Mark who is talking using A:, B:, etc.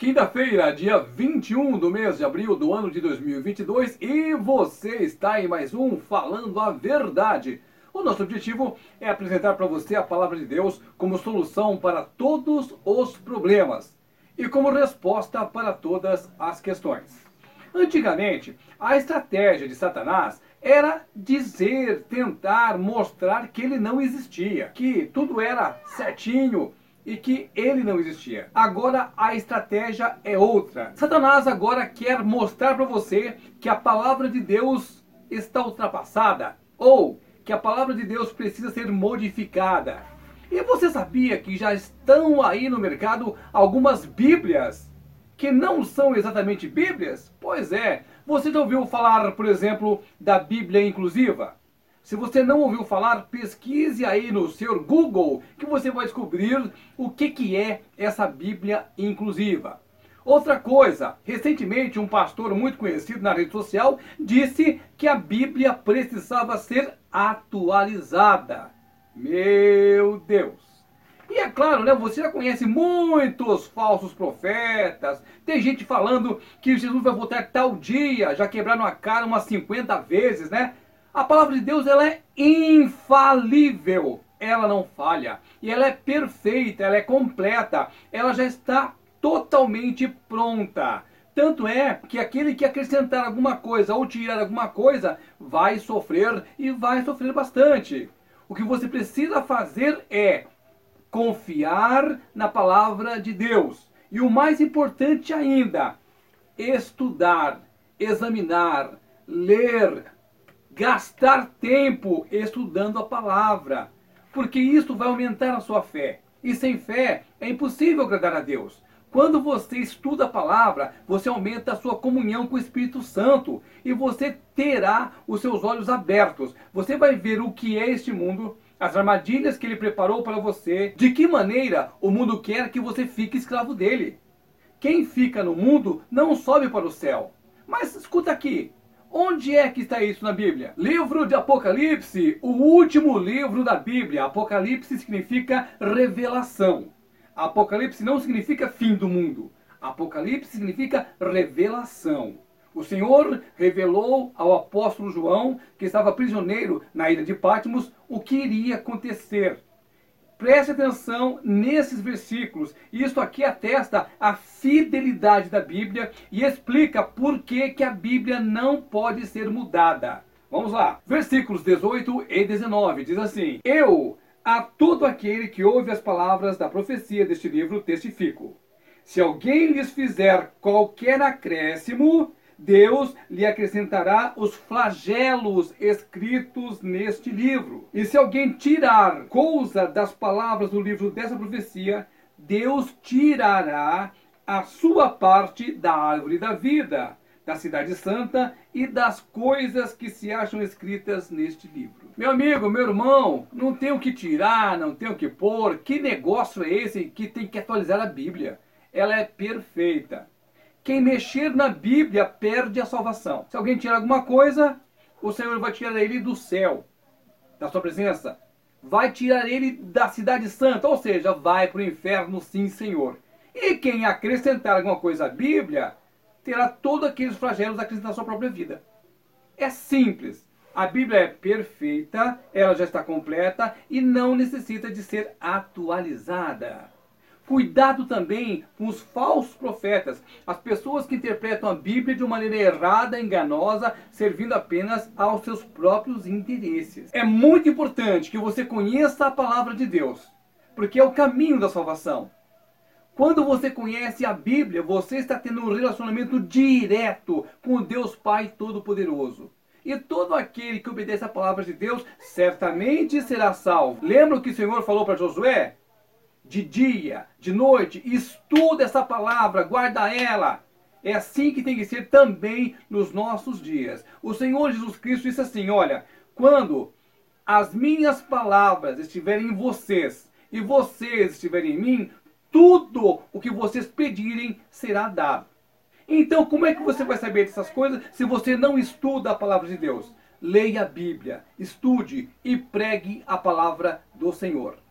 A: Quinta-feira, dia 21 do mês de abril do ano de 2022 e você está em mais um Falando a Verdade. O nosso objetivo é apresentar para você a palavra de Deus como solução para todos os problemas e como resposta para todas as questões. Antigamente, a estratégia de Satanás era dizer, tentar mostrar que ele não existia, que tudo era certinho e que ele não existia. Agora a estratégia é outra. Satanás agora quer mostrar para você que a palavra de Deus está ultrapassada ou que a palavra de Deus precisa ser modificada. E você sabia que já estão aí no mercado algumas Bíblias que não são exatamente Bíblias? Pois é. Você já ouviu falar, por exemplo, da Bíblia inclusiva? Se você não ouviu falar, pesquise aí no seu Google que você vai descobrir o que é essa Bíblia inclusiva. Outra coisa, recentemente um pastor muito conhecido na rede social disse que a Bíblia precisava ser atualizada. Meu Deus! E é claro, né, você já conhece muitos falsos profetas, tem gente falando que Jesus vai voltar tal dia, já quebraram a cara umas 50 vezes, né? A palavra de Deus, ela é infalível, ela não falha, e ela é perfeita, ela é completa, ela já está totalmente pronta. Tanto é que aquele que acrescentar alguma coisa ou tirar alguma coisa vai sofrer e vai sofrer bastante. O que você precisa fazer é confiar na palavra de Deus. E o mais importante ainda, estudar, examinar, ler, gastar tempo estudando a palavra. Porque isso vai aumentar a sua fé. E sem fé é impossível agradar a Deus. Quando você estuda a palavra, você aumenta a sua comunhão com o Espírito Santo. E você terá os seus olhos abertos. Você vai ver o que é este mundo, as armadilhas que ele preparou para você, de que maneira o mundo quer que você fique escravo dele. Quem fica no mundo não sobe para o céu. Mas escuta aqui, onde é que está isso na Bíblia? Livro de Apocalipse, o último livro da Bíblia. Apocalipse significa revelação. Apocalipse não significa fim do mundo. Apocalipse significa revelação. O Senhor revelou ao apóstolo João, que estava prisioneiro na ilha de Patmos, o que iria acontecer. Preste atenção nesses versículos. Isso aqui atesta a fidelidade da Bíblia e explica por que a Bíblia não pode ser mudada. Vamos lá. Versículos 18 e 19 diz assim: Eu, a todo aquele que ouve as palavras da profecia deste livro, testifico. Se alguém lhes fizer qualquer acréscimo, Deus lhe acrescentará os flagelos escritos neste livro. E se alguém tirar coisa das palavras do livro dessa profecia, Deus tirará a sua parte da árvore da vida, da cidade santa e das coisas que se acham escritas neste livro. Meu amigo, meu irmão, não tem o que tirar, não tem o que pôr. Que negócio é esse que tem que atualizar a Bíblia? Ela é perfeita. Quem mexer na Bíblia perde a salvação. Se alguém tirar alguma coisa, o Senhor vai tirar ele do céu, da sua presença. Vai tirar ele da cidade santa, ou seja, vai para o inferno, sim, Senhor. E quem acrescentar alguma coisa à Bíblia, terá todos aqueles flagelos acrescentados à sua própria vida. É simples. A Bíblia é perfeita, ela já está completa e não necessita de ser atualizada. Cuidado também com os falsos profetas, as pessoas que interpretam a Bíblia de uma maneira errada, enganosa, servindo apenas aos seus próprios interesses. É muito importante que você conheça a palavra de Deus, porque é o caminho da salvação. Quando você conhece a Bíblia, você está tendo um relacionamento direto com o Deus Pai Todo-Poderoso. E todo aquele que obedece à palavra de Deus certamente será salvo. Lembra o que o Senhor falou para Josué? De dia, de noite, estuda essa palavra, guarda ela. É assim que tem que ser também nos nossos dias. O Senhor Jesus Cristo disse assim: olha, quando as minhas palavras estiverem em vocês e vocês estiverem em mim, tudo o que vocês pedirem será dado. Então, como é que você vai saber dessas coisas se você não estuda a palavra de Deus? Leia a Bíblia, estude e pregue a palavra do Senhor.